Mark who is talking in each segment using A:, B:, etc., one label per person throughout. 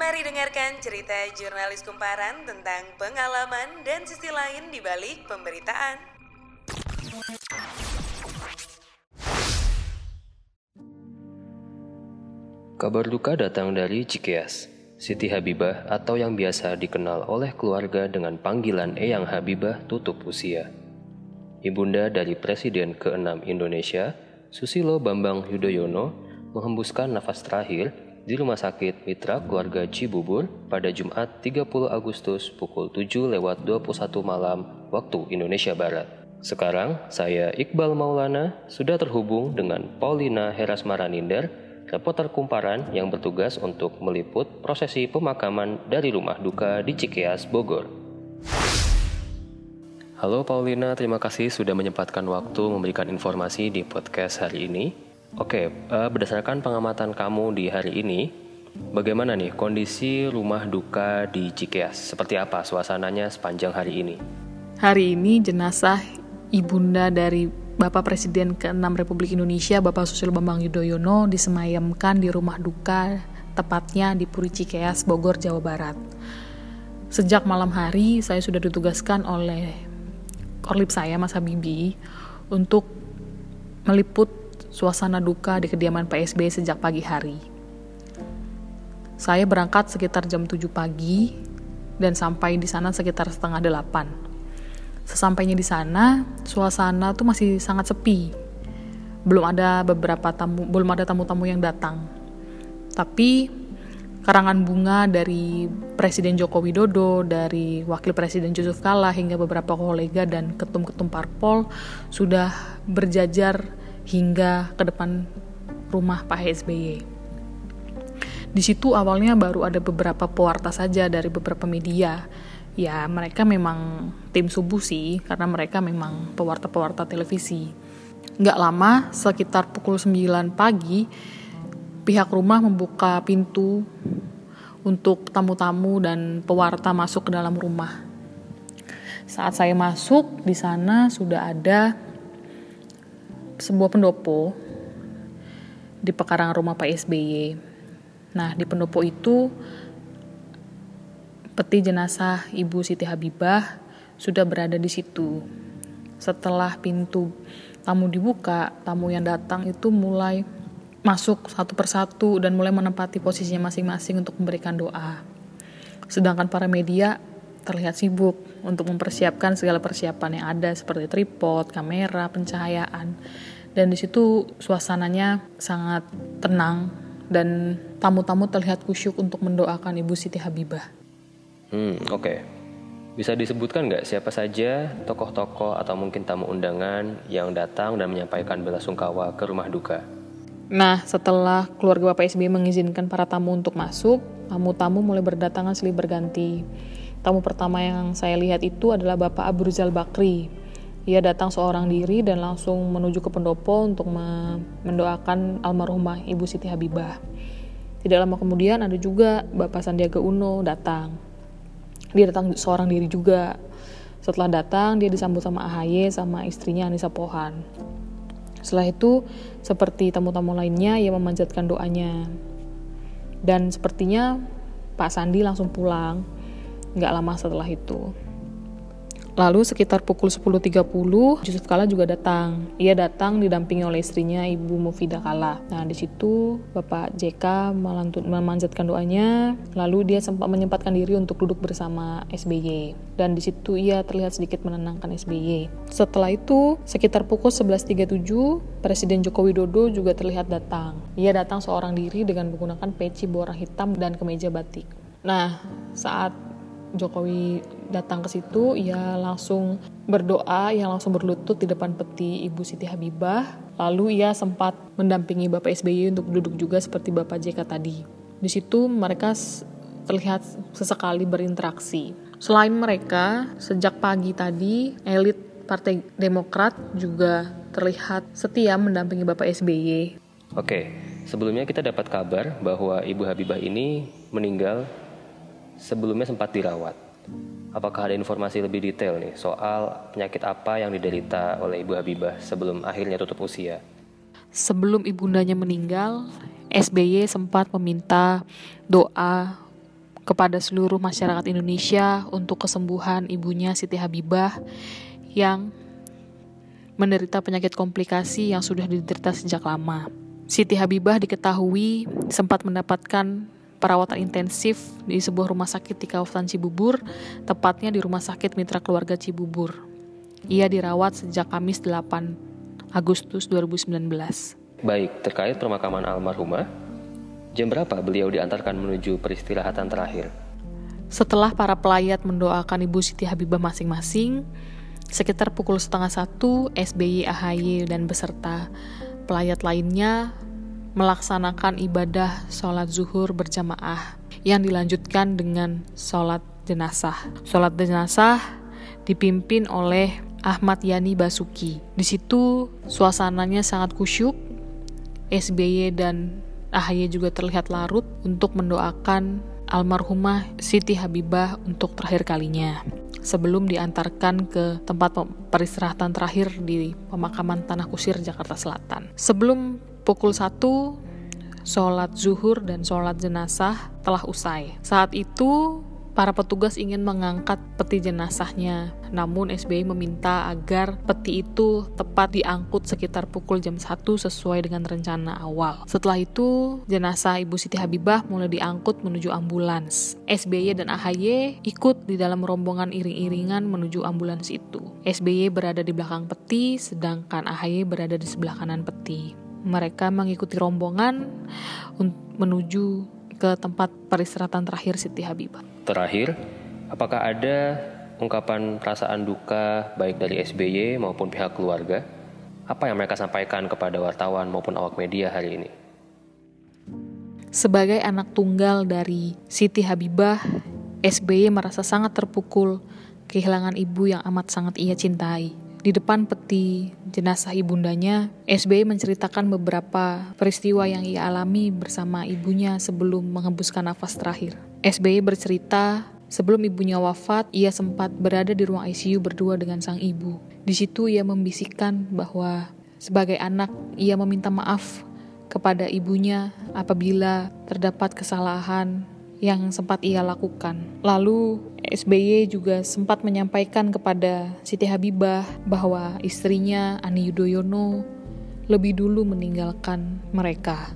A: Mari dengarkan cerita jurnalis kumparan tentang pengalaman dan sisi lain di balik pemberitaan.
B: Kabar duka datang dari Cikeas. Siti Habibah atau yang biasa dikenal oleh keluarga dengan panggilan Eyang Habibah tutup usia. Ibunda dari Presiden ke-6 Indonesia, Susilo Bambang Yudhoyono, menghembuskan nafas terakhir di Rumah Sakit Mitra Keluarga Cibubur pada Jumat 30 Agustus pukul 7:21 malam waktu Indonesia Barat. Sekarang, saya Iqbal Maulana sudah terhubung dengan Paulina Herasmaranindar, reporter kumparan yang bertugas untuk meliput prosesi pemakaman dari rumah duka di Cikeas, Bogor. Halo Paulina, terima kasih sudah menyempatkan waktu memberikan informasi di podcast hari ini. Oke, berdasarkan pengamatan kamu di hari ini, bagaimana nih kondisi rumah duka di Cikeas? Seperti apa suasananya sepanjang hari ini?
C: Hari ini jenazah ibunda dari Bapak Presiden ke-6 Republik Indonesia, Bapak Susilo Bambang Yudhoyono, disemayamkan di rumah duka, tepatnya di Puri Cikeas, Bogor, Jawa Barat. Sejak malam hari, saya sudah ditugaskan oleh korlip saya, Mas Habibie, untuk meliput suasana duka di kediaman Pak SBY sejak pagi hari. Saya berangkat sekitar jam 7 pagi dan sampai di sana sekitar setengah 8. Sesampainya di sana, suasana tuh masih sangat sepi. Belum ada tamu-tamu yang datang. Tapi karangan bunga dari Presiden Joko Widodo, dari Wakil Presiden Yusuf Kala, hingga beberapa kolega dan ketum-ketum parpol sudah berjajar hingga ke depan rumah Pak SBY. Di situ awalnya baru ada beberapa pewarta saja dari beberapa media. Ya, mereka memang tim subuh sih, karena mereka memang pewarta-pewarta televisi. Nggak lama, sekitar pukul 9 pagi, pihak rumah membuka pintu untuk tamu-tamu dan pewarta masuk ke dalam rumah. Saat saya masuk, di sana sudah ada sebuah pendopo di pekarangan rumah Pak SBY. Nah, di pendopo itu peti jenazah Ibu Siti Habibah sudah berada di situ. Setelah pintu tamu dibuka, tamu yang datang itu mulai masuk satu persatu dan mulai menempati posisinya masing-masing untuk memberikan doa. Sedangkan para media terlihat sibuk untuk mempersiapkan segala persiapan yang ada seperti tripod, kamera, pencahayaan. Dan di situ suasananya sangat tenang dan tamu-tamu terlihat khusyuk untuk mendoakan Ibu Siti Habibah.
B: Oke. Bisa disebutkan nggak siapa saja tokoh-tokoh atau mungkin tamu undangan yang datang dan menyampaikan belasungkawa ke rumah duka?
C: Nah, setelah keluarga Bapak SBY mengizinkan para tamu untuk masuk, tamu-tamu mulai berdatangan silih berganti. Tamu pertama yang saya lihat itu adalah Bapak Abu Rizal Bakri. Ia datang seorang diri dan langsung menuju ke pendopo untuk mendoakan almarhumah Ibu Siti Habibah. Tidak lama kemudian ada juga Bapak Sandiaga Uno datang. Dia datang seorang diri juga. Setelah datang, dia disambut sama AHY sama istrinya Anissa Pohan. Setelah itu, seperti tamu-tamu lainnya, ia memanjatkan doanya. Dan sepertinya Pak Sandi langsung pulang. Nggak lama setelah itu. Lalu sekitar pukul 10.30, Yusuf Kala juga datang. Ia datang didampingi oleh istrinya Ibu Mufidah Kala. Nah, di situ Bapak JK memanjatkan doanya, lalu dia sempat menyempatkan diri untuk duduk bersama SBY. Dan di situ ia terlihat sedikit menenangkan SBY. Setelah itu, sekitar pukul 11.37, Presiden Joko Widodo juga terlihat datang. Ia datang seorang diri dengan menggunakan peci berwarna hitam dan kemeja batik. Nah, saat Jokowi datang ke situ, ia langsung berdoa, ia langsung berlutut di depan peti Ibu Siti Habibah. Lalu ia sempat mendampingi Bapak SBY untuk duduk juga seperti Bapak JK tadi. Di situ mereka terlihat sesekali berinteraksi. Selain mereka, sejak pagi tadi elit Partai Demokrat juga terlihat setia mendampingi Bapak SBY.
B: Oke, sebelumnya kita dapat kabar bahwa Ibu Habibah ini meninggal sebelumnya sempat dirawat. Apakah ada informasi lebih detail nih soal penyakit apa yang diderita oleh Ibu Habibah sebelum akhirnya tutup usia?
C: Sebelum ibundanya meninggal, SBY sempat meminta doa kepada seluruh masyarakat Indonesia untuk kesembuhan ibunya Siti Habibah yang menderita penyakit komplikasi yang sudah diderita sejak lama. Siti Habibah diketahui sempat mendapatkan perawatan intensif di sebuah rumah sakit di kawasan Cibubur, tepatnya di Rumah Sakit Mitra Keluarga Cibubur. Ia dirawat sejak Kamis 8 Agustus 2019.
B: Baik, terkait pemakaman almarhumah, jam berapa beliau diantarkan menuju peristirahatan terakhir?
C: Setelah para pelayat mendoakan Ibu Siti Habibah masing-masing, sekitar pukul 12:30, SBY, AHY, dan beserta pelayat lainnya melaksanakan ibadah sholat zuhur berjamaah yang dilanjutkan dengan sholat jenazah. Sholat jenazah dipimpin oleh Ahmad Yani Basuki. Di situ suasananya sangat khusyuk. SBY dan AHY juga terlihat larut untuk mendoakan almarhumah Siti Habibah untuk terakhir kalinya sebelum diantarkan ke tempat peristirahatan terakhir di pemakaman Tanah Kusir, Jakarta Selatan. Sebelum pukul 1, sholat zuhur dan sholat jenazah telah usai. Saat itu para petugas ingin mengangkat peti jenazahnya, namun SBY meminta agar peti itu tepat diangkut sekitar pukul jam 1 sesuai dengan rencana awal. Setelah itu, jenazah Ibu Siti Habibah mulai diangkut menuju ambulans. SBY dan AHY ikut di dalam rombongan iring-iringan menuju ambulans itu. SBY berada di belakang peti, sedangkan AHY berada di sebelah kanan peti. Mereka mengikuti rombongan menuju ke tempat peristirahatan terakhir Siti Habibah.
B: Terakhir, apakah ada ungkapan perasaan duka baik dari SBY maupun pihak keluarga? Apa yang mereka sampaikan kepada wartawan maupun awak media hari ini?
C: Sebagai anak tunggal dari Siti Habibah, SBY merasa sangat terpukul kehilangan ibu yang amat sangat ia cintai. Di depan peti jenazah ibundanya, SBY menceritakan beberapa peristiwa yang ia alami bersama ibunya sebelum menghembuskan nafas terakhir. SBY bercerita, sebelum ibunya wafat, ia sempat berada di ruang ICU berdua dengan sang ibu. Di situ ia membisikkan bahwa sebagai anak, ia meminta maaf kepada ibunya apabila terdapat kesalahan yang sempat ia lakukan. Lalu SBY juga sempat menyampaikan kepada Siti Habibah bahwa istrinya Ani Yudhoyono lebih dulu meninggalkan mereka.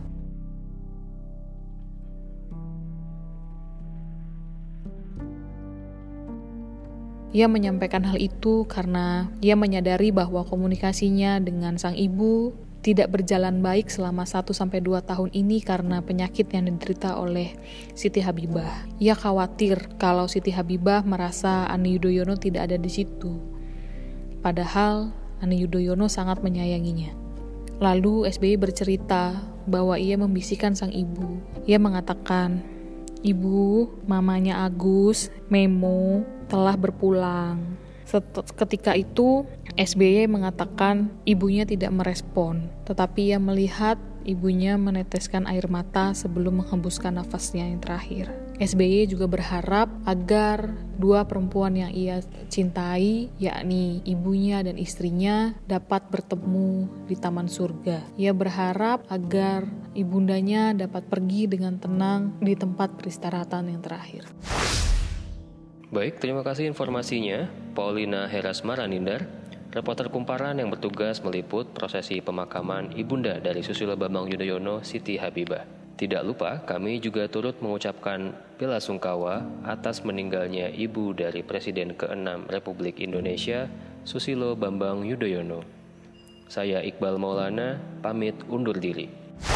C: Ia menyampaikan hal itu karena ia menyadari bahwa komunikasinya dengan sang ibu tidak berjalan baik selama 1-2 tahun ini karena penyakit yang diderita oleh Siti Habibah. Ia khawatir kalau Siti Habibah merasa Ani Yudhoyono tidak ada di situ. Padahal Ani Yudhoyono sangat menyayanginya. Lalu SBY bercerita bahwa ia membisikkan sang ibu. Ia mengatakan, "Ibu, mamanya Agus, Memo, telah berpulang." Ketika itu, SBY mengatakan ibunya tidak merespon, tetapi ia melihat ibunya meneteskan air mata sebelum menghembuskan nafasnya yang terakhir. SBY juga berharap agar dua perempuan yang ia cintai, yakni ibunya dan istrinya, dapat bertemu di taman surga. Ia berharap agar ibundanya dapat pergi dengan tenang di tempat peristirahatan yang terakhir.
B: Baik, terima kasih informasinya, Paulina Heras Maranindar, reporter Kumparan yang bertugas meliput prosesi pemakaman ibunda dari Susilo Bambang Yudhoyono, Siti Habibah. Tidak lupa, kami juga turut mengucapkan bela sungkawa atas meninggalnya ibu dari Presiden ke-6 Republik Indonesia, Susilo Bambang Yudhoyono. Saya Iqbal Maulana, pamit undur diri.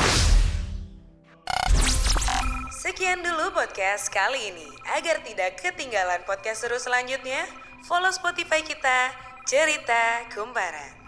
A: Sekian dulu podcast kali ini. Agar tidak ketinggalan podcast seru selanjutnya, follow Spotify kita, Cerita Kumparan.